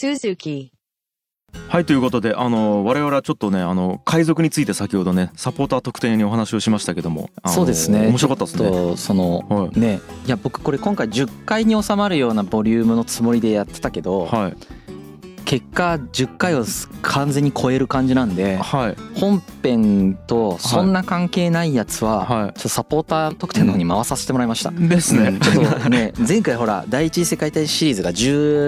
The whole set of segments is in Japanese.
Suzuki。 はい、ということで我々はちょっとね海賊について先ほどねサポーター特典にお話をしましたけども、 そうですね、 面白かったですね。 はいね、いや僕これ今回10回に収まるようなボリュームのつもりでやってたけど、 はい、 結果10回を完全に超える感じなんで、 はい、 本編とそんな関係ないやつははいちょっとサポーター特典の方に回させてもらいました。 ですね。 ちょっとね前回ほら第一次世界大戦シリーズが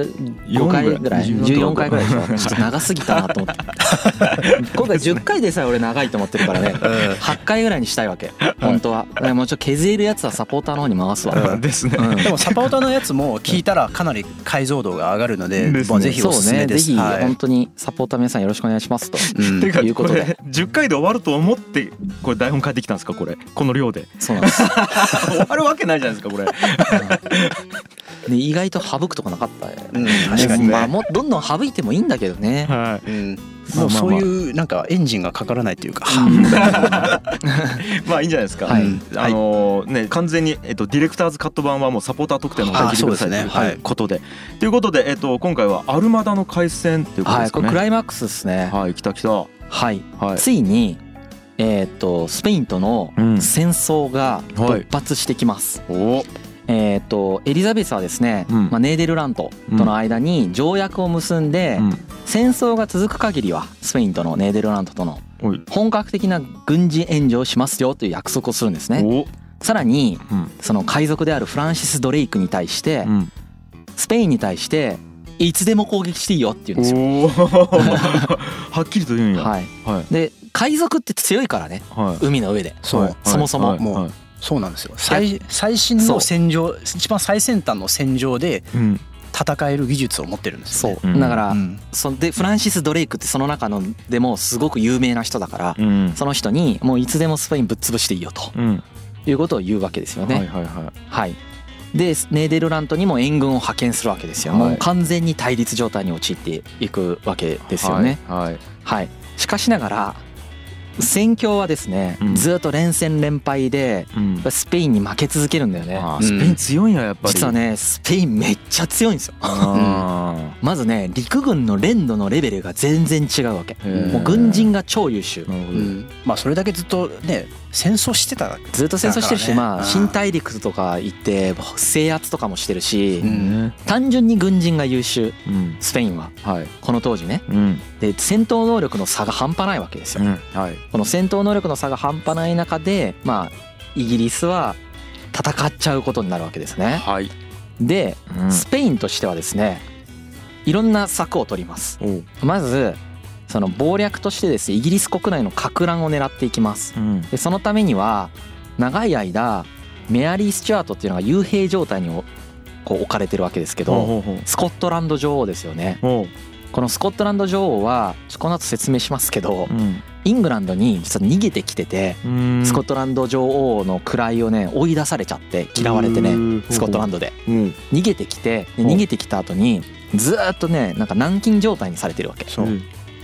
15回ぐらい14回ぐらいでしょ。ちょっと長すぎたなと思って今回10回でさえ俺長いと思ってるからね8回ぐらいにしたいわけ本当は。だからもうちょっと削れるやつはサポーターの方に回すわ。 ですね。 でもサポーターのやつも聞いたらかなり解像度が上がるので、 ですねまあぜひおすすめです。 そうね、ぜひはい本当にサポーター皆さんよろしくお願いしますとてかいうことで、 これ10回で終わると思ってこれ台本書いてきたんですか、この量で。 そうなんです終わるわけないじゃないですかこれ。 で意外と省くとかなかったうん確かにね。 まあもうどんどん省いてもいいんだけどね。 はうんもうそういうなんかエンジンがかからないというか、 い。まあいいんじゃないですか。 はいね完全にディレクターズカット版はもうサポーター特典の方で聞いてくださいということで、ということで今回はアルマダの海戦ということはい、 ですかね。 これクライマックスですね。 はい、来た。 はい、 はい。 ついにスペインとの戦争が勃発してきます。 お。 エリザベスはですね、まあネーデルラントとの間に条約を結んで、戦争が続く限りはスペインとのネーデルラントとの本格的な軍事援助をしますよという約束をするんですね。 お。 さらにうんその海賊であるフランシス・ドレイクに対してうん。 スペインに対していつでも攻撃していいよって言うんですよ。 おーはっきりと言うんや。 はい、 はいで海賊って強いからね、 はい。 海の上でそうそもそもはいもうそうなんですよ。最新の戦場、一番最先端の戦場でうん。 戦える技術を持ってるんですよね。 そうだから、 うんでフランシス・ドレイクってその中のでもすごく有名な人だから、 うん。 その人にもういつでもスペインぶっ潰していいよとうん。 いうことを言うわけですよね。 はいはいはい。 はい、でネーデルラントにも援軍を派遣するわけですよ。 はいもう完全に対立状態に陥っていくわけですよね。 はい。 はい、しかしながら戦況はですね、 うんずっと連戦連敗でうん。 スペインに負け続けるんだよね。 あースペイン強いんややっぱり。 実はねスペインめっちゃ強いんですよ。 あまずね陸軍の練度のレベルが全然違うわけ。 ーもう軍人が超優秀。 なるほど。 うんまあそれだけずっとね戦争してた。 ずっと戦争してるし、まあだからね新大陸とか行って制圧とかもしてるし、 うん単純に軍人が優秀うん。 スペインははい。 この当時ね。 うん。 で戦闘能力の差が半端ないわけですよ。 はい。 この戦闘能力の差が半端ない中でまあイギリスは戦っちゃうことになるわけですね。 はい。 でうんスペインとしてはですねいろんな策を取ります。 おう。 まずその謀略としてですねイギリス国内の撹乱を狙っていきます。 うん。 でそのためには長い間メアリー・スチュアートっていうのが幽閉状態にこう置かれてるわけですけど、 ほうほうスコットランド女王ですよね。 ほう。 このスコットランド女王はこの後説明しますけどうん。 イングランドに実は逃げてきてて、 うん。 スコットランド女王の位をね追い出されちゃって嫌われてねスコットランドでうん。 逃げてきてで逃げてきた後にずーっとねなんか軟禁状態にされてるわけ。 そううん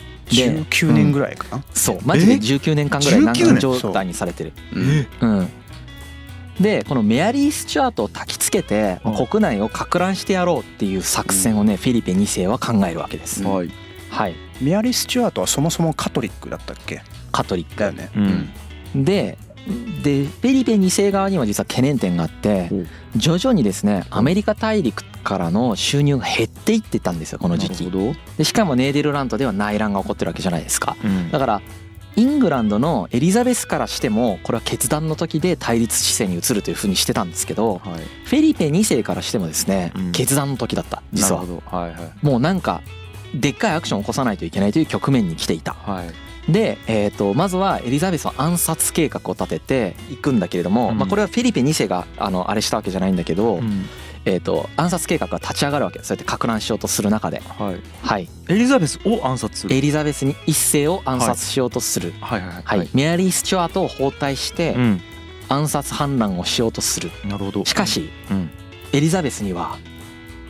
19年ぐらいかな。 そうマジで19年間ぐらい軟禁状態にされてる。うんでこのメアリー・スチュアートを焚きつけてはい国内を撹乱してやろうっていう作戦をねフェリペ2世は考えるわけです。 はい。 はい、 メアリー・スチュアートはそもそもカトリックだったっけ？ カトリックだよね。 うん。 でフェリペ2世側には実は懸念点があってお徐々にですねアメリカ大陸からの収入が減っていってたんですよこの時期なるほど。 でしかもネーデルラントでは内乱が起こってるわけじゃないですか。 うん。 だからイングランドのエリザベスからしてもこれは決断の時で対立姿勢に移るというふうにしてたんですけどはい。 フェリペ2世からしてもですねうん決断の時だった実はなるほど。はいはい。 もうなんかでっかいアクションを起こさないといけないという局面に来ていた。 はい。 で、まずはエリザベスは暗殺計画を立てていくんだけれども、 うんまあ、これはフェリペ2世があれしたわけじゃないんだけど、 うん。 暗殺計画が立ち上がるわけそうやって撹乱しようとする中で、 はい。 はい、 エリザベスを暗殺する。 エリザベスに一世を暗殺しようとする、 はいはいはいメアリー・スチュアートを包帯してうん。 暗殺反乱をしようとする。 なるほど。 しかしうん。 エリザベスには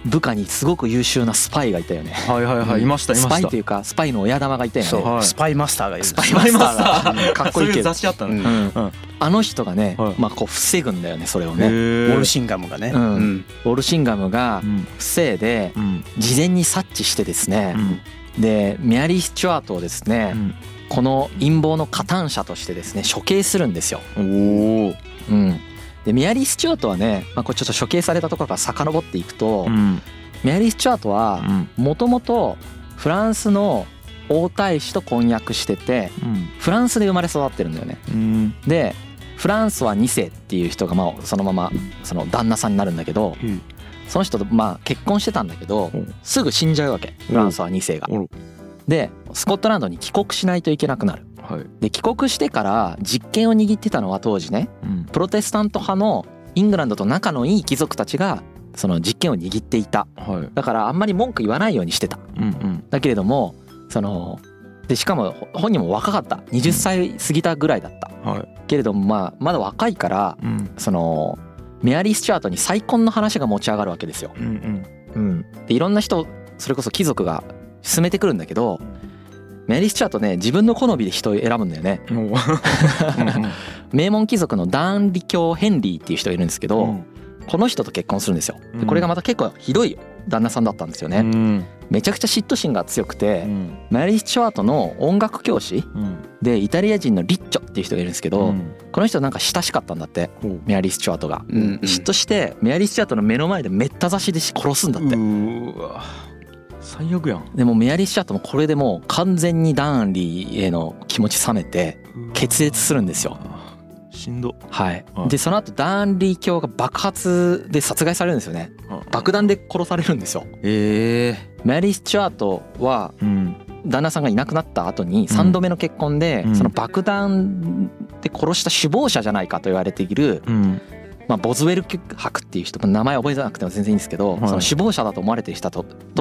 部下にすごく優秀なスパイがいたよね。 はいはいはい、いましたいました。 スパイというかスパイの親玉がいたよね。 そう、スパイマスターがいる。 スパイマスターがかっこいいけど、 そういう雑誌あったね。 あの人がね、 はい、 まあこう防ぐんだよねそれをね。ウォルシンガムがね、 ウォルシンガムが防いで事前に察知してですね、でメアリー・スチュワートをですね、この陰謀の加担者としてですね処刑するんですよ。でメアリー・スチュワートはね、まあ、これちょっと処刑されたところから遡っていくと、メアリー・スチュワートはもともとフランスの王太子と婚約してて、フランスで生まれ育ってるんだよね。でフランソワ2世っていう人がまあそのままその旦那さんになるんだけど、その人とまあ結婚してたんだけどすぐ死んじゃうわけ、フランソワ2世が。でスコットランドに帰国しないといけなくなる。で帰国してから実権を握ってたのは当時ね、プロテスタント派のイングランドと仲のいい貴族たちがその実権を握っていた。だからあんまり文句言わないようにしてた。だけれどもそのでしかも本人も若かった、20歳過ぎたぐらいだった、けれどもまあまだ若いから、そのメアリー・スチュアートに再婚の話が持ち上がるわけですよ。でいろんな人それこそ貴族が進めてくるんだけど、メアリー・スチュアートね自分の好みで人を選ぶんだよね。名門貴族のダーン・リ教ヘンリーっていう人がいるんですけど、この人と結婚するんですよ。でこれがまた結構ひどい旦那さんだったんですよね。めちゃくちゃ嫉妬心が強くて、メアリー・スチュワートの音楽教師でイタリア人のリッチョっていう人がいるんですけど、この人なんか親しかったんだって、メアリー・スチュワートが。嫉妬してメアリー・スチュワートの目の前でめった刺しで殺すんだって。 最悪やん。 でもメアリー・スチュワートもこれでもう完全にダーンリーへの気持ち冷めて決裂するんですよ。 しんど。 はい。でその後ダーンリー教が爆発で殺害されるんですよね。爆弾で殺されるんですよ。メアリー・スチュワートは旦那さんがいなくなった後に3度目の結婚でその爆弾で殺した首謀者じゃないかと言われている、まあボズウェル伯っていう人、名前覚えなくても全然いいんですけど、その首謀者だと思われている人と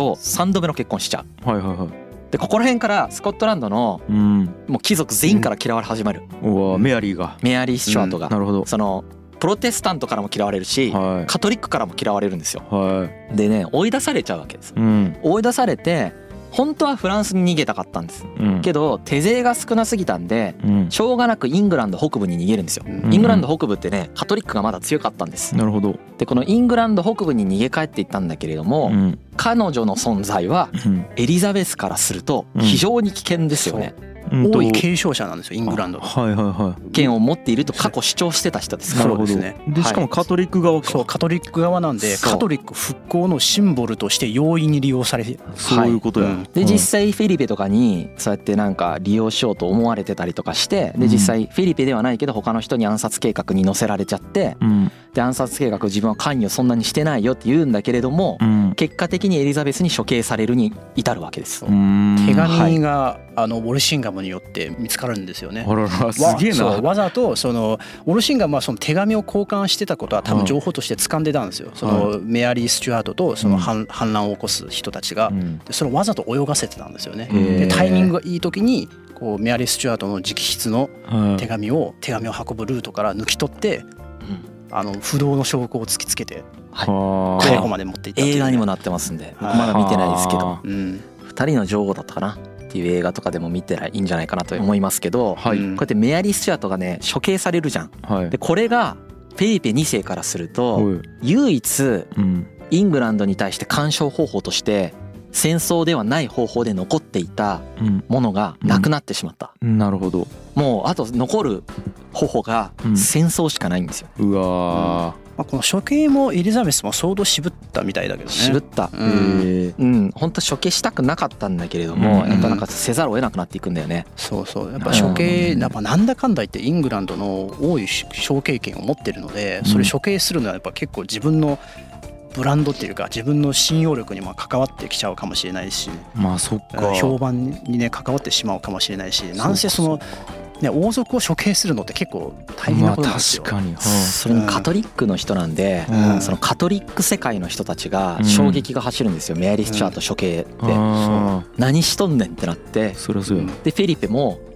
3度目の結婚しちゃう。でここら辺からスコットランドのもう貴族全員から嫌われ始まる。 メアリーが、 メアリー・スチュワートが。 なるほど。 そのプロテスタントからも嫌われるし、カトリックからも嫌われるんですよ。でね追い出されちゃうわけです。追い出されて本当はフランスに逃げたかったんです、けど手勢が少なすぎたんで、しょうがなくイングランド北部に逃げるんですよ。イングランド北部ってねカトリックがまだ強かったんです。 なるほど。でこのイングランド北部に逃げ帰っていったんだけれども、彼女の存在はエリザベスからすると非常に危険ですよね。 王位継承者なんですよイングランドの。 権を持っていると過去主張してた人ですから。 なるほど。でしかもカトリック側か。 そうカトリック側なんで、カトリック復興のシンボルとして容易に利用されて、 そういうことや。 で実際フェリペとかにそうやってなんか利用しようと思われてたりとかして、で実際フェリペではないけど他の人に暗殺計画に乗せられちゃって、で暗殺計画自分は関与そんなにしてないよって言うんだけれども、結果的にエリザベスに処刑されるに至るわけです。 手紙がウォルシンガムによって見つかるんですよね。 すげえな。 わざとそのウォルシンガムはその手紙を交換してたことは多分情報として掴んでたんですよ。そのメアリー・スチュワートとその反乱を起こす人たちが、でそれをわざと泳がせてたんですよね。でタイミングがいい時にこうメアリー・スチュワートの直筆の手紙を運ぶルートから抜き取って、不動の証拠を突きつけてここまで持っていった。 映画にもなってますんで、僕まだ見てないですけど、2人の女王だったかなっていう映画とかでも見ていいんじゃないかなと思いますけど、こうやってメアリー・スチュワートがね処刑されるじゃん。でこれがフェリペ2世からすると唯一イングランドに対して干渉方法として戦争ではない方法で残っていたものがなくなってしまった。 なるほど。 もうあと残る方法が戦争しかないんですよ。 うわこの処刑もエリザベスも相当渋ったみたいだけどね。 渋った。本当処刑したくなかったんだけれども、やっぱなんかせざるを得なくなっていくんだよね。 そうそう。やっぱ処刑やっぱなんだかんだ言ってイングランドの多い処刑権を持ってるので、それ処刑するのはやっぱ結構自分のブランドっていうか自分の信用力にも関わってきちゃうかもしれないし、 そっか。 評判にね関わってしまうかもしれないし、なんせそのね、王族を処刑するのって結構大変なことなんですよ。 確かに。 それもカトリックの人なんで、そのカトリック世界の人たちが衝撃が走るんですよ。メアリー・スチュワート処刑で、何しとんねんってなって。 そりゃそうや。 でフェリペも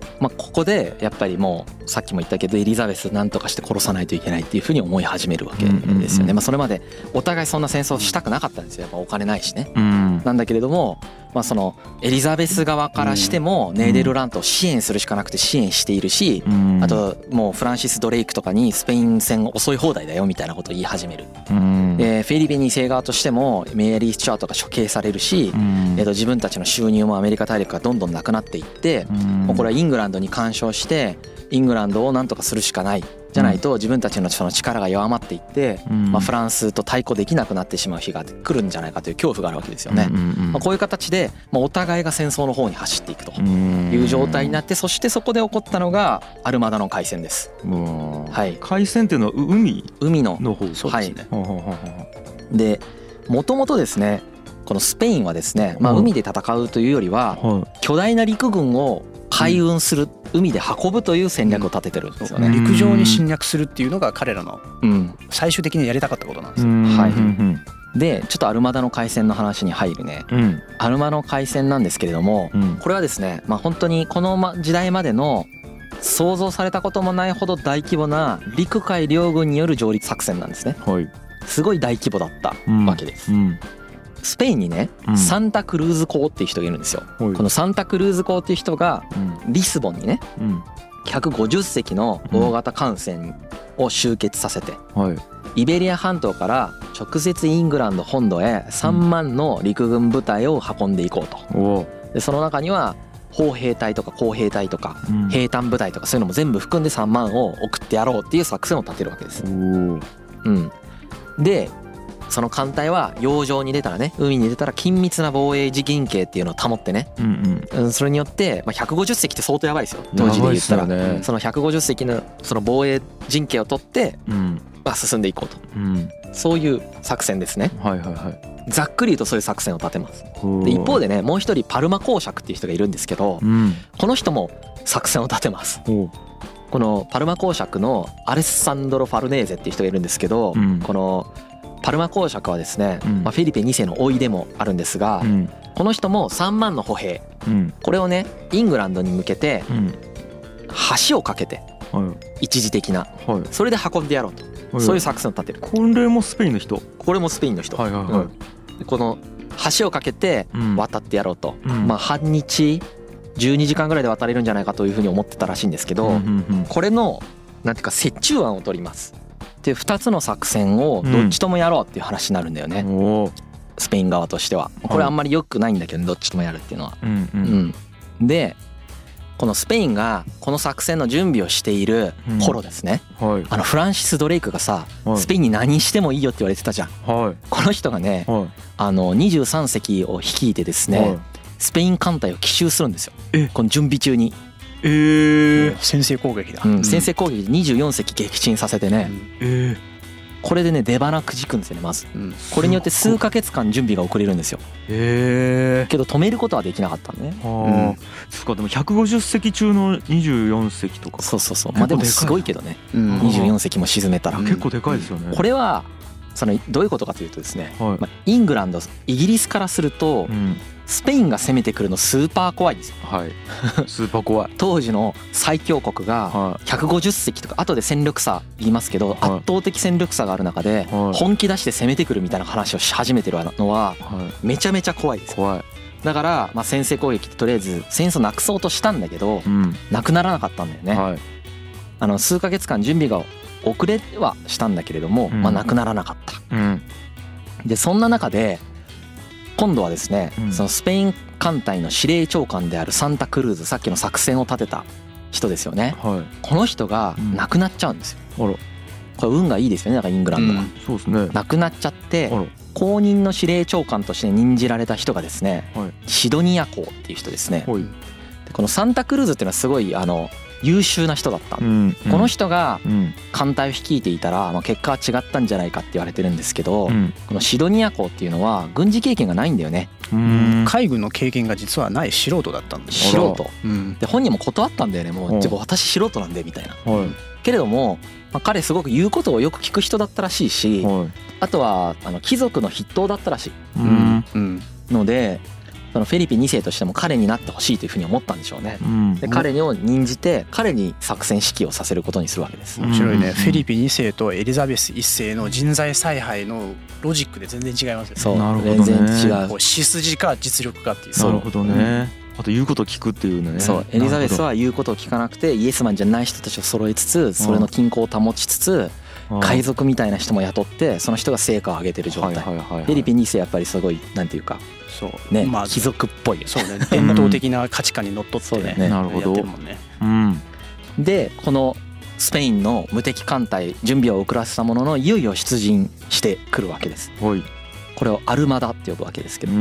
ここでやっぱりもうさっきも言ったけどエリザベスなんとかして殺さないといけないっていうふうに思い始めるわけですよね。それまでお互いそんな戦争したくなかったんですよ。やっぱお金ないしね。なんだけれどもそのエリザベス側からしてもネーデルラントを支援するしかなくて支援しているし、あともうフランシス・ドレイクとかにスペイン戦襲い放題だよみたいなことを言い始める。フェリペ2世側としてもメリー・スチュアートが処刑されるし、自分たちの収入もアメリカ大陸がどんどんなくなっていって、もうこれはイングランドに干渉してイングランドをなんとかするしかない。じゃないと自分たちのその力が弱まっていって、フランスと対抗できなくなってしまう日が来るんじゃないかという恐怖があるわけですよね。こういう形でお互いが戦争の方に走っていくという状態になって、そしてそこで起こったのがアルマダの海戦です。 はい、海戦っていうのは海の方。 そうですね。でもともとですねこのスペインはですね、海で戦うというよりは巨大な陸軍を海運する、海で運ぶという戦略を立ててるんですよね。 陸上に侵略するっていうのが彼らの最終的にやりたかったことなんですよ。 はい。でちょっとアルマダの海戦の話に入るね。アルマダの海戦なんですけれども、これはですね、本当にこの時代までの想像されたこともないほど大規模な陸海両軍による上陸作戦なんですね。すごい大規模だったわけです。スペインにねサンタクルーズ公っていう人がいるんですよ。このサンタクルーズ公っていう人がリスボンにね150隻の大型艦船を集結させて、イベリア半島から直接イングランド本土へ3万の陸軍部隊を運んでいこうと。でその中には砲兵隊とか工兵隊とか兵隊部隊とかそういうのも全部含んで3万を送ってやろうっていう作戦を立てるわけです。でその艦隊は洋上に出たらね、海に出たら緊密な防衛陣形っていうのを保ってね、それによって150隻って相当やばいですよ当時で言ったら。その150隻のその防衛陣形を取って進んでいこうと、そういう作戦ですね。ざっくり言うとそういう作戦を立てます。で一方でねもう一人パルマ公爵っていう人がいるんですけど、この人も作戦を立てます。このパルマ公爵のアレッサンドロ・ファルネーゼっていう人がいるんですけど、このパルマ公爵はですね、フェリペ2世の甥でもあるんですが、この人も3万の歩兵、これをねイングランドに向けて橋を架けて一時的な、それで運んでやろうと、そういう作戦を立てる。 これもスペインの人。 これもスペインの人。この橋を架けて渡ってやろうと、半日12時間ぐらいで渡れるんじゃないかというふうに思ってたらしいんですけど、これのなんていうか折衷案を取ります。で2つの作戦をどっちともやろうっていう話になるんだよね、スペイン側としては。これあんまり良くないんだけどどっちともやるっていうのは。でこのスペインがこの作戦の準備をしている頃ですね、フランシス・ドレイクがさスペインに何してもいいよって言われてたじゃん。この人がね23隻を率いてですねスペイン艦隊を奇襲するんですよ、この準備中に。 先制攻撃だ。 先制攻撃で24隻撃沈させてね、これでね出鼻くじくんですよねまず。これによって数ヶ月間準備が遅れるんですよ。けど止めることはできなかったね。 そうか。でも150隻中の24隻とか。 そうでもすごいけどね、24隻も沈めたら結構でかいですよね。 これはどういうことかというとですね、イングランドイギリスからするとスペインが攻めてくるのスーパー怖いですよ。 スーパー怖い。 当時の最強国が150隻とか後で戦力差言いますけど圧倒的戦力差がある中で本気出して攻めてくるみたいな話をし始めてるのはめちゃめちゃ怖いです。だから先制攻撃ってとりあえず戦争なくそうとしたんだけどなくならなかったんだよね。数ヶ月間準備が遅れはしたんだけれどもなくならなかった。でそんな中で今度はですね、そのスペイン艦隊の司令長官であるサンタクルーズ、さっきの作戦を立てた人ですよね、この人が亡くなっちゃうんですよ。これ運がいいですよね。だからイングランドが、 そうですね、 亡くなっちゃって後任の司令長官として任じられた人がですね、シドニア公っていう人ですね。でこのサンタクルーズっていうのはすごい優秀な人だった、この人が艦隊を率いていたら、結果は違ったんじゃないかって言われてるんですけど、このシドニア公っていうのは軍事経験がないんだよね。 海軍の経験が実はない素人だったんです。 素人、で本人も断ったんだよね。もう私素人なんでみたいな、けれども、彼すごく言うことをよく聞く人だったらしいし、あとは貴族の筆頭だったらしい、のでそのフェリペ2世としても彼になってほしいというふうに思ったんでしょうね。で彼を任じて彼に作戦指揮をさせることにするわけです。 面白いね。フェリペ2世とエリザベス1世の人材采配のロジックで全然違いますよね。 そう、 なるほどね、 全然違う。 血筋か実力かっていう。 なるほどね。あと言うことを聞くっていうね。 そう、エリザベスは言うことを聞かなくてイエスマンじゃない人たちを揃えつつ、それの均衡を保ちつつ、海賊みたいな人も雇ってその人が成果を上げてる状態。フェリペ2世やっぱりすごいなんていうか、 そうね、貴族っぽいよね。 そうね、伝統的な価値観にのっとってね、 なるほど。 でこのスペインの無敵艦隊準備を遅らせたもののいよいよ出陣してくるわけです。これをアルマダって呼ぶわけですけど、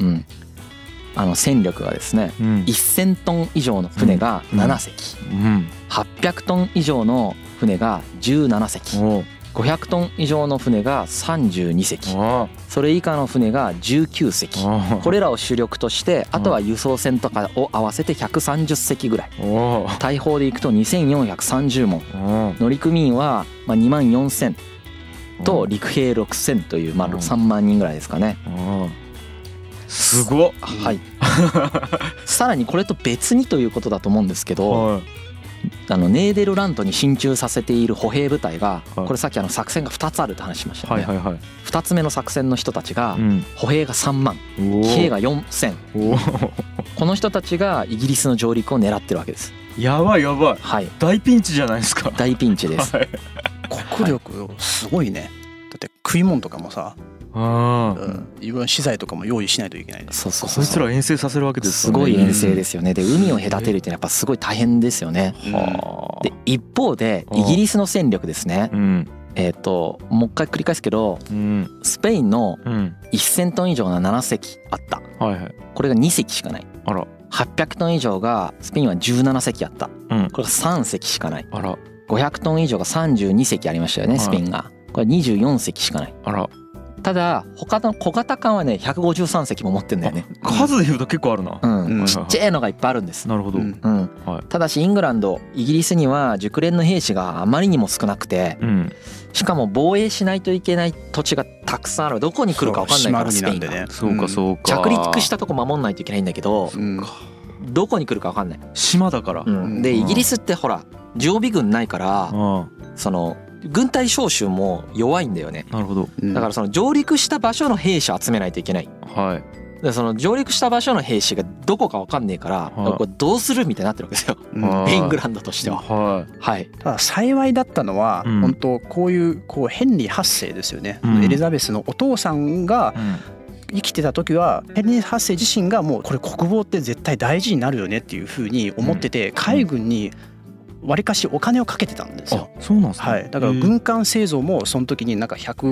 戦力がですね、1000トン以上の船が7隻、800トン以上の船が17隻、500トン以上の船が32隻、それ以下の船が19隻、これらを主力としてあとは輸送船とかを合わせて130隻ぐらい、大砲でいくと2430門、乗組員は2万4000と陸兵6000という3万人ぐらいですかね。 すごっ。 はい。さらにこれと別にということだと思うんですけど、ネーデルラントに進駐させている歩兵部隊が、これさっき作戦が2つあるって話しましたよね。2つ目の作戦の人たちが歩兵が3万、騎兵が4000、この人たちがイギリスの上陸を狙ってるわけです。 やばいやばい、 はい、 大ピンチじゃないですか。 大ピンチです、 国力すごいね。だって食い物とかもさ、いろんな資材とかも用意しないといけない。 そうそうそう。そいつら遠征させるわけですよね。すごい遠征ですよね。で海を隔てるってやっぱすごい大変ですよね。で一方でイギリスの戦力ですね。もう一回繰り返すけど、スペインの1000トン以上が7隻あった。これが2隻しかない。800トン以上がスペインは17隻あった。これが3隻しかない。500トン以上が32隻ありましたよね、スペインが。これ24隻しかない。ただ他の小型艦はね153隻も持ってんだよね。 数で言うと結構あるな。 ちっちゃいのがいっぱいあるんです。 なるほど。 ただしイングランドイギリスには熟練の兵士があまりにも少なくて、しかも防衛しないといけない土地がたくさんある。どこに来るか分かんないからスペインが。 そうかそうか。 着陸したとこ守んないといけないんだけど、どこに来るか分かんない。 島だから。 でイギリスってほら常備軍ないから、その軍隊招集も弱いんだよね。 なるほど。 だからその上陸した場所の兵士を集めないといけない。でその上陸した場所の兵士がどこか分かんねえから、これどうするみたいになってるわけですよ、イングランドとしては。 ただ幸いだったのは、本当こういうヘンリー8世ですよね。エリザベスのお父さんが生きてた時はヘンリー8世自身がもうこれ国防って絶対大事になるよねっていうふうに思ってて、海軍にわりかしお金をかけてたんですよ。 そうなんですね。 はい、だから軍艦製造もその時になんか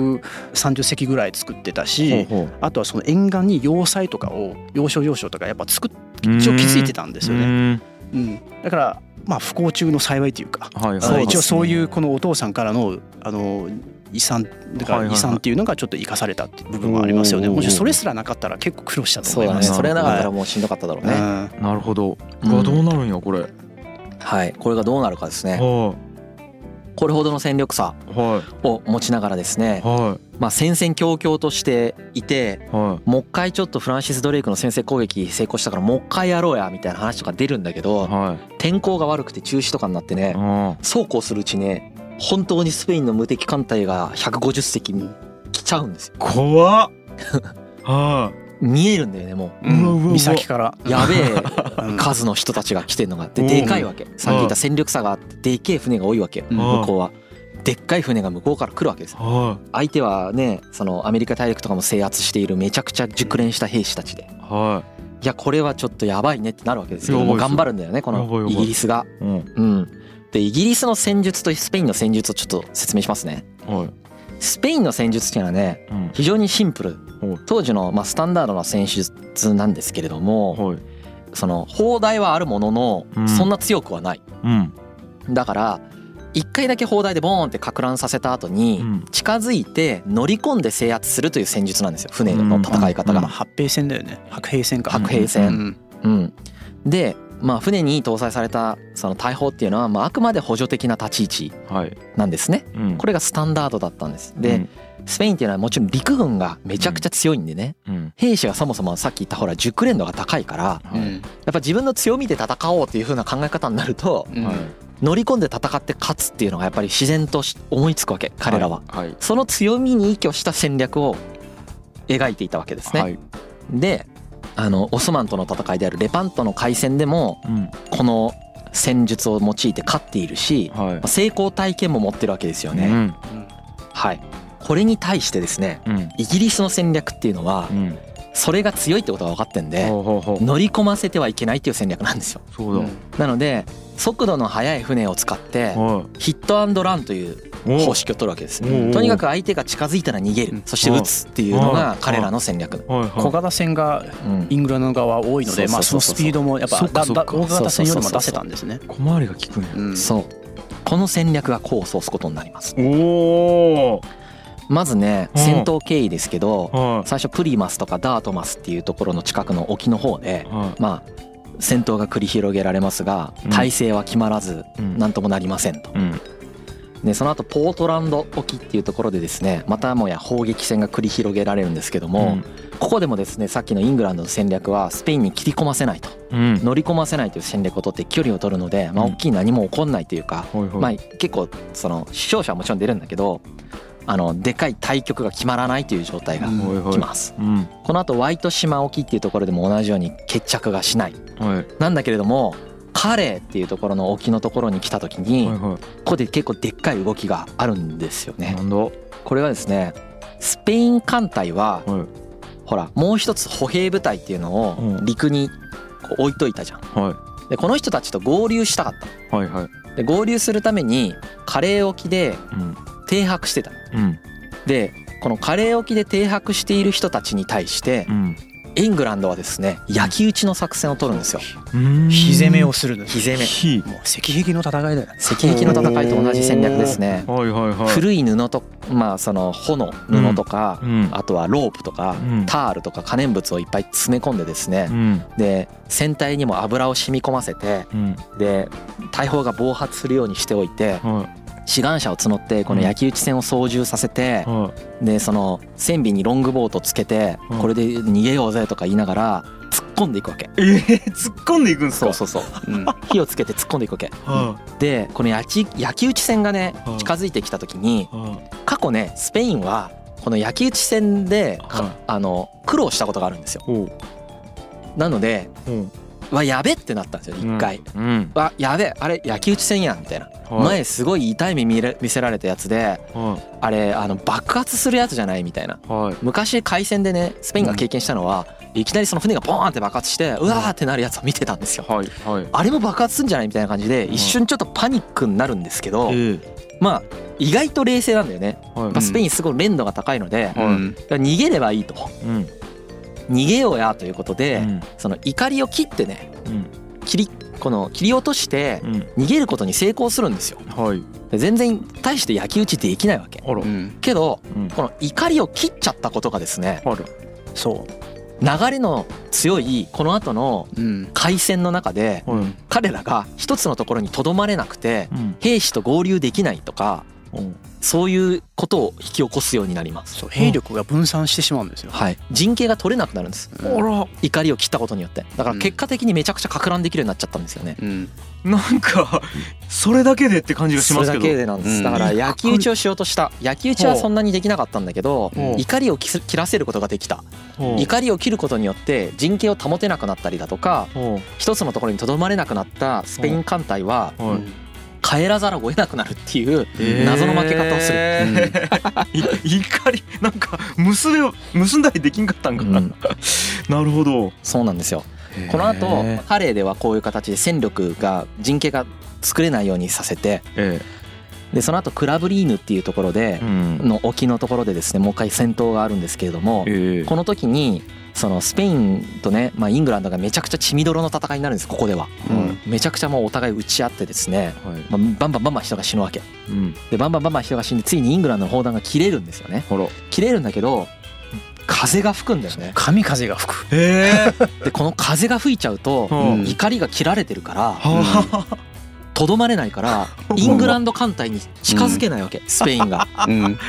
130隻ぐらい作ってたし、あとはその沿岸に要塞とかを要所とかやっぱ一応築いてたんですよね。だから不幸中の幸いというか、一応そういうこのお父さんからの遺産っていうのがちょっと生かされたっていう部分はありますよね。もしそれすらなかったら結構苦労したと思います。 それなかったらもうしんどかっただろうね。 なるほど。どうなるんやこれ。 はい、これがどうなるかですね。これほどの戦力差を持ちながらですね、戦々恐々としていて、もう一回ちょっとフランシス・ドレイクの先制攻撃成功したからもう一回やろうやみたいな話とか出るんだけど、天候が悪くて中止とかになってね、そうこうするうちね本当にスペインの無敵艦隊が150隻に来ちゃうんですよ。 怖っ。 見えるんだよねもう、 岬からやべえ数の人たちが来てるのがでかいわけ。さっき言った戦力差があってでけえ船が多いわけ。向こうはでっかい船が向こうから来るわけです。相手はねそのアメリカ大陸とかも制圧しているめちゃくちゃ熟練した兵士たちで、いやこれはちょっとやばいねってなるわけですけども、頑張るんだよねこのイギリスが。でイギリスの戦術とスペインの戦術をちょっと説明しますね。スペインの戦術っていうのはね非常にシンプル、当時のスタンダードな戦術なんですけれども、その砲台はあるもののそんな強くはない。だから一回だけ砲台でボーンって撹乱させた後に近づいて乗り込んで制圧するという戦術なんですよ、船の戦い方が。 白兵戦だよね。白兵戦か。 白兵戦。でまあ船に搭載されたその大砲っていうのはまああくまで補助的な立ち位置なんですね。これがスタンダードだったんです。でスペインっていうのはもちろん陸軍がめちゃくちゃ強いんでね、兵士がそもそもさっき言ったほら熟練度が高いから、やっぱ自分の強みで戦おうっていう風な考え方になると、乗り込んで戦って勝つっていうのがやっぱり自然と思いつくわけ、彼らは。その強みに依拠した戦略を描いていたわけですね。でオスマンとの戦いであるレパントの海戦でもこの戦術を用いて勝っているし、成功体験も持ってるわけですよね。はい。これに対してですね、イギリスの戦略っていうのはそれが強いってことが分かってんで、乗り込ませてはいけないっていう戦略なんですよ。なので速度の速い船を使ってヒットアンドランという方式を取るわけです。とにかく相手が近づいたら逃げる、そして撃つっていうのが彼らの戦略。 小型船がイングランド側は多いので、まあそのスピードもやっぱ大型船よりも出せたんですね。 小回りが効くね。 そう、この戦略が功を奏すことになります。 おー。 まずね戦闘経緯ですけど、最初プリマスとかダートマスっていうところの近くの沖の方でまあ戦闘が繰り広げられますが、体勢は決まらず何ともなりませんと。でその後ポートランド沖っていうところでですね、またもや砲撃戦が繰り広げられるんですけども、ここでもですねさっきのイングランドの戦略はスペインに切り込ませないと、乗り込ませないという戦略を取って距離を取るので、まあ大きい何も起こんないというか、まあ結構その死傷者はもちろん出るんだけど、でかい対局が決まらないという状態がきます。この後ワイト島沖っていうところでも同じように決着がしない、なんだけれどもカレーっていうところの沖のところに来た時にここで結構でっかい動きがあるんですよね。これはですねスペイン艦隊はほらもう一つ歩兵部隊っていうのを陸にこう置いといたじゃん。でこの人たちと合流したかった。で合流するためにカレー沖で停泊してた。でこのカレー沖で停泊している人たちに対してイングランドはですね焼き討ちの作戦を取るんですよ。 火攻めをするんです。 火攻め。 もう石壁の戦いだよ。 石壁の戦いと同じ戦略ですね。古い布とまあその帆の布とか、あとはロープとかタールとか可燃物をいっぱい詰め込んでですね、で船体にも油を染み込ませて、で大砲が暴発するようにしておいて、志願者を募ってこの焼き討ち船を操縦させて、でその船尾にロングボートつけてこれで逃げようぜとか言いながら突っ込んでいくわけ。 突っ込んでいくんですか。 そう火をつけて突っ込んでいくわけ。でこの焼き討ち船がね近づいてきた時に、過去ねスペインはこの焼き討ち船で苦労したことがあるんですよ。なのでわやべってなったんですよ一回。わやべあれ焼き討ち船やんみたいな。前すごい痛い目見せられたやつで、あれ爆発するやつじゃないみたいな。昔海戦でねスペインが経験したのは、いきなりその船がボーンって爆発してうわーってなるやつを見てたんですよ。あれも爆発するんじゃないみたいな感じで一瞬ちょっとパニックになるんですけど、まあ意外と冷静なんだよね。スペインすごい連度が高いので逃げればいいと。逃げようやということで、その怒りを切ってね切り落として逃げることに成功するんですよ。で全然大して焼き討ちできないわけ。けどこの怒りを切っちゃったことがですね、そう流れの強いこの後の海戦の中で彼らが一つのところにとどまれなくて兵士と合流できないとか、そういうことを引き起こすようになります。 そう兵力が分散してしまうんですよ。 はい、陣形が取れなくなるんです。怒りを切ったことによって。だから結果的にめちゃくちゃ撹乱できるようになっちゃったんですよね。 なんかそれだけでって感じがしますけど。 それだけでなんです。だから焼き討ちをしようとした。焼き討ちはそんなにできなかったんだけど、怒りを切らせることができた。怒りを切ることによって陣形を保てなくなったりだとか、一つのところにとどまれなくなったスペイン艦隊は帰らざるを得なくなるっていう謎の負け方をする。 怒りなんか結んだりできんかったんかな。なるほど。 そうなんですよ。この後ハレーではこういう形で戦力が陣形が作れないようにさせて、でその後クラブリーヌっていうところでの沖のところでですねもう一回戦闘があるんですけれども、この時にそのスペインとね、まあ、イングランドがめちゃくちゃ血みどろの戦いになるんです。ここでは、めちゃくちゃもうお互い打ち合ってですね、まあ、バンバン人が死ぬわけ、でバンバン人が死んでついにイングランドの砲弾が切れるんですよね。切れるんだけど風が吹くんだよね。 神風が吹く。 でこの風が吹いちゃうと怒りが切られてるからとどまれないからイングランド艦隊に近づけないわけ、スペインが。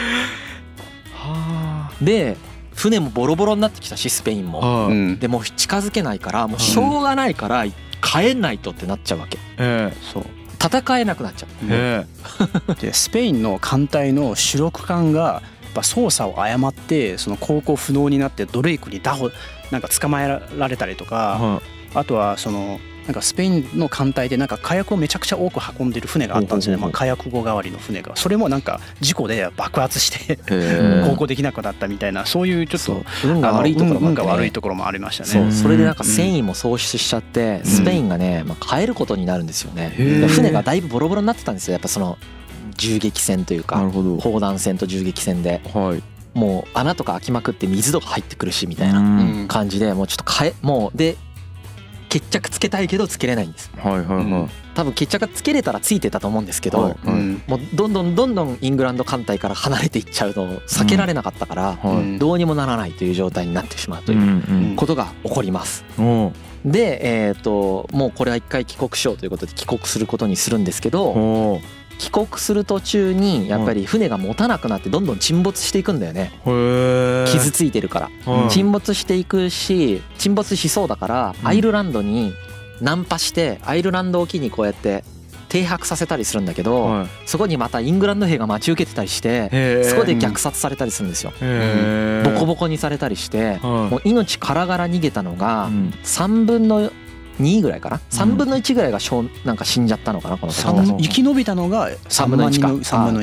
で船もボロボロになってきたしスペインも。でもう近づけないからもうしょうがないから帰んないとってなっちゃうわけ。そう戦えなくなっちゃう。 でスペインの艦隊の主力艦がやっぱ操作を誤ってその航行不能になってドレイクになんか捕まえられたりとか、あとはそのなんかスペインの艦隊でなんか火薬をめちゃくちゃ多く運んでる船があったんですよね。まあ火薬庫代わりの船が、それもなんか事故で爆発して航行できなくなったみたいな、そういうちょっと運が悪いところもありましたね。 そうそれでなんか戦意も喪失しちゃってスペインがね帰ることになるんですよね。船がだいぶボロボロになってたんですよ。やっぱその銃撃戦というか砲弾戦と銃撃戦でもう穴とか開きまくって水とか入ってくるしみたいな感じでもうちょっともうで決着つけたいけどつけれないんです。多分決着がつけれたらついてたと思うんですけど、もうどんどんイングランド艦隊から離れていっちゃうのを避けられなかったからどうにもならないという状態になってしまうということが起こります。でもうこれは一回帰国しようということで帰国することにするんですけど、帰国する途中にやっぱり船が持たなくなってどんどん沈没していくんだよね。傷ついてるから沈没していくし、沈没しそうだからアイルランドにナンパしてアイルランド沖にこうやって停泊させたりするんだけど、そこにまたイングランド兵が待ち受けてたりしてそこで虐殺されたりするんですよ。ボコボコにされたりしてもう命からがら逃げたのが3分の2ぐらいかな、3分の1ぐらいがなんか死んじゃったのかな、この生き延びたのが3分の1か3分の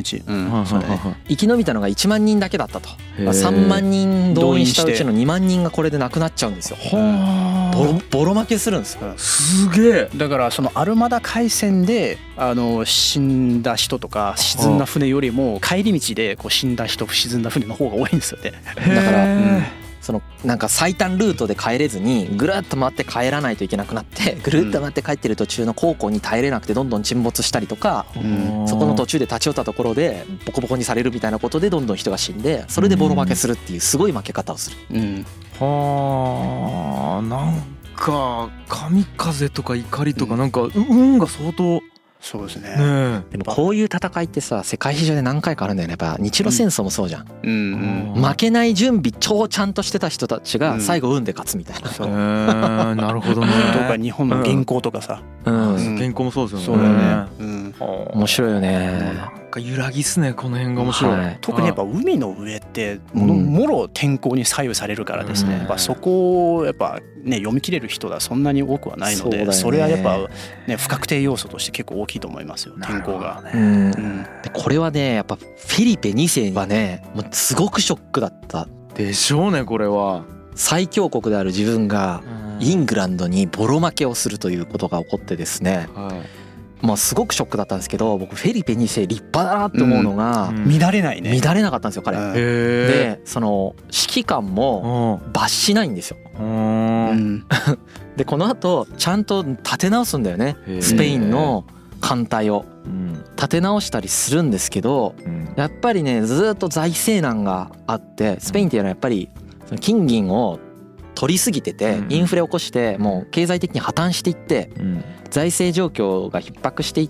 1、生き延びたのが1万人だけだったと。3万人動員したうちの2万人がこれで亡くなっちゃうんですよ。ボロ負けするんですよ。 すげえ。 だからそのアルマダ海戦で死んだ人とか沈んだ船よりも帰り道でこう死んだ人沈んだ船の方が多いんですよね。 だからそのなんか最短ルートで帰れずにぐるっと回って帰らないといけなくなってぐるっと回って帰ってる途中の航行に耐えれなくてどんどん沈没したりとか、そこの途中で立ち寄ったところでボコボコにされるみたいなことでどんどん人が死んで、それでボロ負けするっていうすごい負け方をする。 はあ、なんか神風とか怒りとかなんか運が相当。 そうですね。 でもこういう戦いってさ世界史上で何回かあるんだよね。やっぱ日露戦争もそうじゃん。負けない準備超ちゃんとしてた人たちが最後運で勝つみたいな。 なるほどね。 とか日本の銀行とかさ、 銀行もそうですよね。 そうだね。 面白いよね。 なんか揺らぎっすね、この辺が面白い。 特にやっぱ海の上ってもろ天候に左右されるからですね。やっぱそこをやっぱね読み切れる人がそんなに多くはないので、それはやっぱね不確定要素として結構大きいと思いますよ、天候が。 でこれはねやっぱフェリペ2世はねもうすごくショックだったでしょうね。これは最強国である自分がイングランドにボロ負けをするということが起こってですね、まあすごくショックだったんですけど、僕フェリペ2世立派だなって思うのが乱れないね。 乱れなかったんですよ彼。でその指揮官も罰しないんですよ。でこの後ちゃんと立て直すんだよね、スペインの艦隊を立て直したりするんですけど、やっぱりねずっと財政難があって、スペインっていうのはやっぱり金銀を取りすぎててインフレを起こしてもう経済的に破綻していって財政状況が逼迫していって、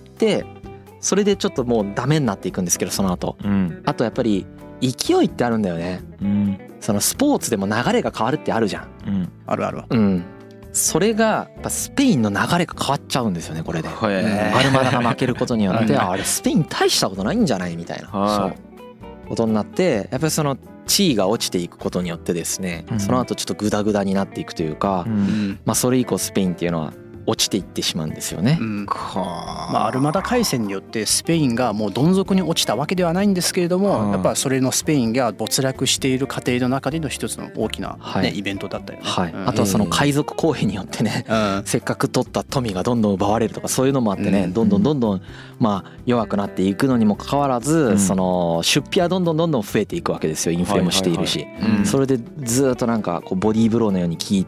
それでちょっともうダメになっていくんですけど、その後あとやっぱり勢いってあるんだよね。そのスポーツでも流れが変わるってあるじゃん。 あるある。 それがやっぱスペインの流れが変わっちゃうんですよね、これで。アルマダが負けることによってあれスペイン大したことないんじゃないみたいなそうことになって、やっぱりその地位が落ちていくことによってですね、その後ちょっとグダグダになっていくというか、まあそれ以降スペインっていうのは落ちていってしまうんですよね。 アルマダ海戦によってスペインがもうどん底に落ちたわけではないんですけれども、やっぱそれのスペインが没落している過程の中での一つの大きな、イベントだったよね。 あとはその海賊行為によってね、せっかく取った富がどんどん奪われるとかそういうのもあってね、どんどんまあ弱くなっていくのにもかかわらず、その出費はどんどん増えていくわけですよ。インフレもしているし、それでずっとなんかこうボディーブローのように効いてき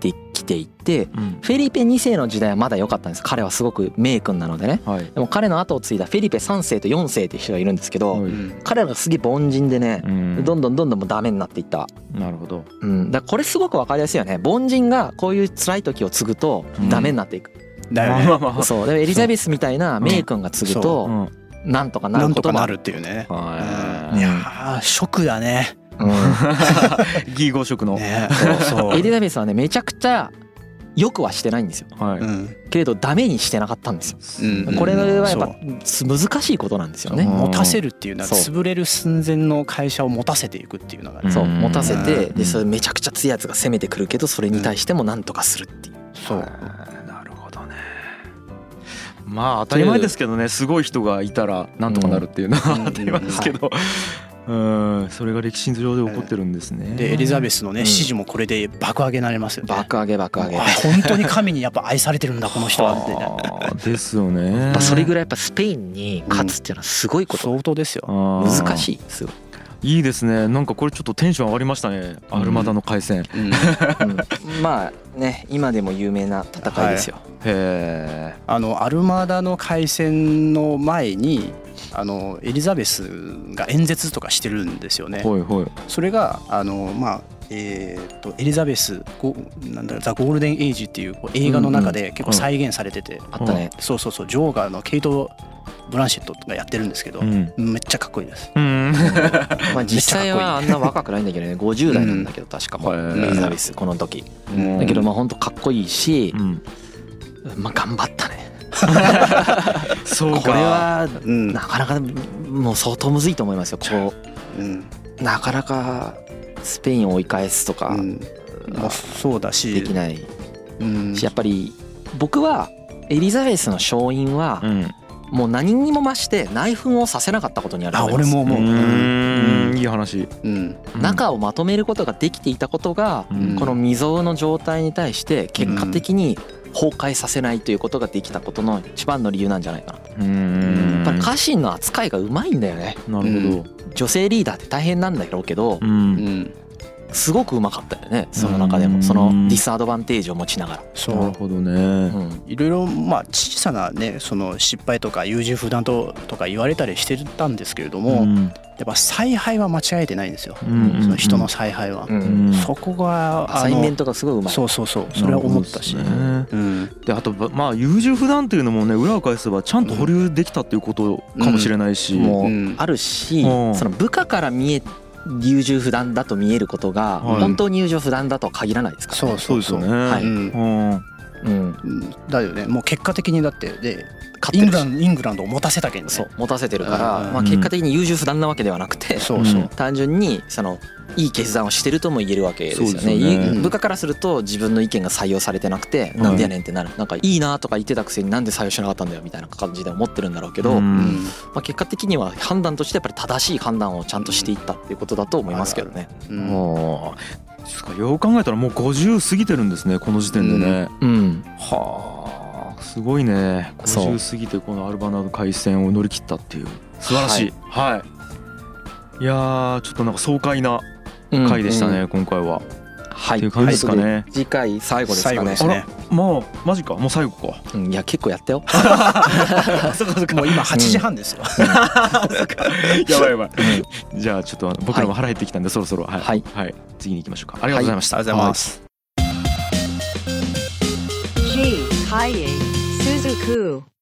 ていって、フェリペ2世の時代はまだ良かったんです。彼はすごく名君なのでね、でも彼の後を継いだフェリペ3世と4世っていう人がいるんですけど、彼らがすげえ凡人でね、どんどんもうダメになっていった。 なるほど。 だからこれすごく分かりやすいよね。凡人がこういう辛い時を継ぐとダメになっていく。 だよね。 そうでエリザベスみたいな名君が継ぐとなんとかなることもあるっていうね。いやショックだね。 義語色の。 エリザベスはねめちゃくちゃよくはしてないんですよ。けれどダメにしてなかったんですよ。これはやっぱ難しいことなんですよね。 持たせるっていうのは潰れる寸前の会社を持たせていくっていうのがね。 そう持たせてでそれめちゃくちゃ強いやつが攻めてくるけどそれに対してもなんとかするっていう。 そう。なるほどね。まあ当たり前ですけどね、すごい人がいたらなんとかなるっていうのは当たり前ですけど。それが歴史上で起こってるんですね。 でエリザベスのね支持もこれで爆上げになりますよね。 爆上げ。本当に神にやっぱ愛されてるんだこの人はって。 ですよね。 それぐらいやっぱスペインに勝つっていうのはすごいこと。 相当ですよ。 難しい。すごい。 いいですね。なんかこれちょっとテンション上がりましたね。アルマダの海戦。 まあね今でも有名な戦いですよ。 へえ。 アルマダの海戦の前にエリザベスが演説とかしてるんですよね。それがエリザベスなんだザ・ゴールデン・エイジっていう映画の中で結構再現されてて、 あったね。 そうジョーガーのケイト・ブランシェットがやってるんですけど、めっちゃかっこいいです。 まあ実際はあんな若くないんだけどね、50代なんだけど確かもエリザベスこの時。だけどまあ本当かっこいいし、まあ頑張ったね。 そうか。 これはなかなかもう相当むずいと思いますよ。こうなかなかスペインを追い返すとかそうだしできないし、やっぱり僕はエリザベスの勝因はもう何にも増して内紛をさせなかったことにあると思います。 俺も思う。 いい話。 中をまとめることができていたことがこの未曾有の状態に対して結果的に崩壊させないということができたことの一番の理由なんじゃないかなと。やっぱり家臣の扱いがうまいんだよね。 なるほど。 女性リーダーって大変なんだろうけどすごくうまかったよね。その中でもそのディスアドバンテージを持ちながら。 なるほどね。 いろいろ小さなねその失敗とか優柔不断とか言われたりしてたんですけれども、やっぱ采配は間違えてないんですよ。その人の采配は。そこがアサインメントがすごいうまい。 そうそれは思ったし。 であとまあ優柔不断っていうのもね裏を返せばちゃんと保留できたっていうことかもしれないし、 もうあるし、その部下から優柔不断だと見えることが本当に優柔不断だとは限らないですからね。 そうですよね。 だよね。もう結果的にだってでイングランドを持たせたけんね。 そう持たせてるから、まあ結果的に優柔不断なわけではなくて、単純にそのいい決断をしてるとも言えるわけですよね。部下からすると自分の意見が採用されてなくてなんでやねんってなる。なんかいいなとか言ってたくせになんで採用しなかったんだよみたいな感じで思ってるんだろうけど、まあ結果的には判断としてやっぱり正しい判断をちゃんとしていったっていうことだと思いますけどね。 よう考えたらもう50過ぎてるんですねこの時点でね。はあすごいね。50過ぎてこのアルバナの海戦を乗り切ったっていう素晴らしい。いやちょっとなんか爽快な回でしたね今回は。っていう感じですかね。 次回最後ですかね。 あらもうマジかもう最後か。 いや結構やったよ。 もう今8時半ですよ。 やばい。じゃあちょっと僕らも腹減ってきたんでそろそろ次に行きましょうか。ありがとうございました。 ありがとうございます。 G ハイエイスズク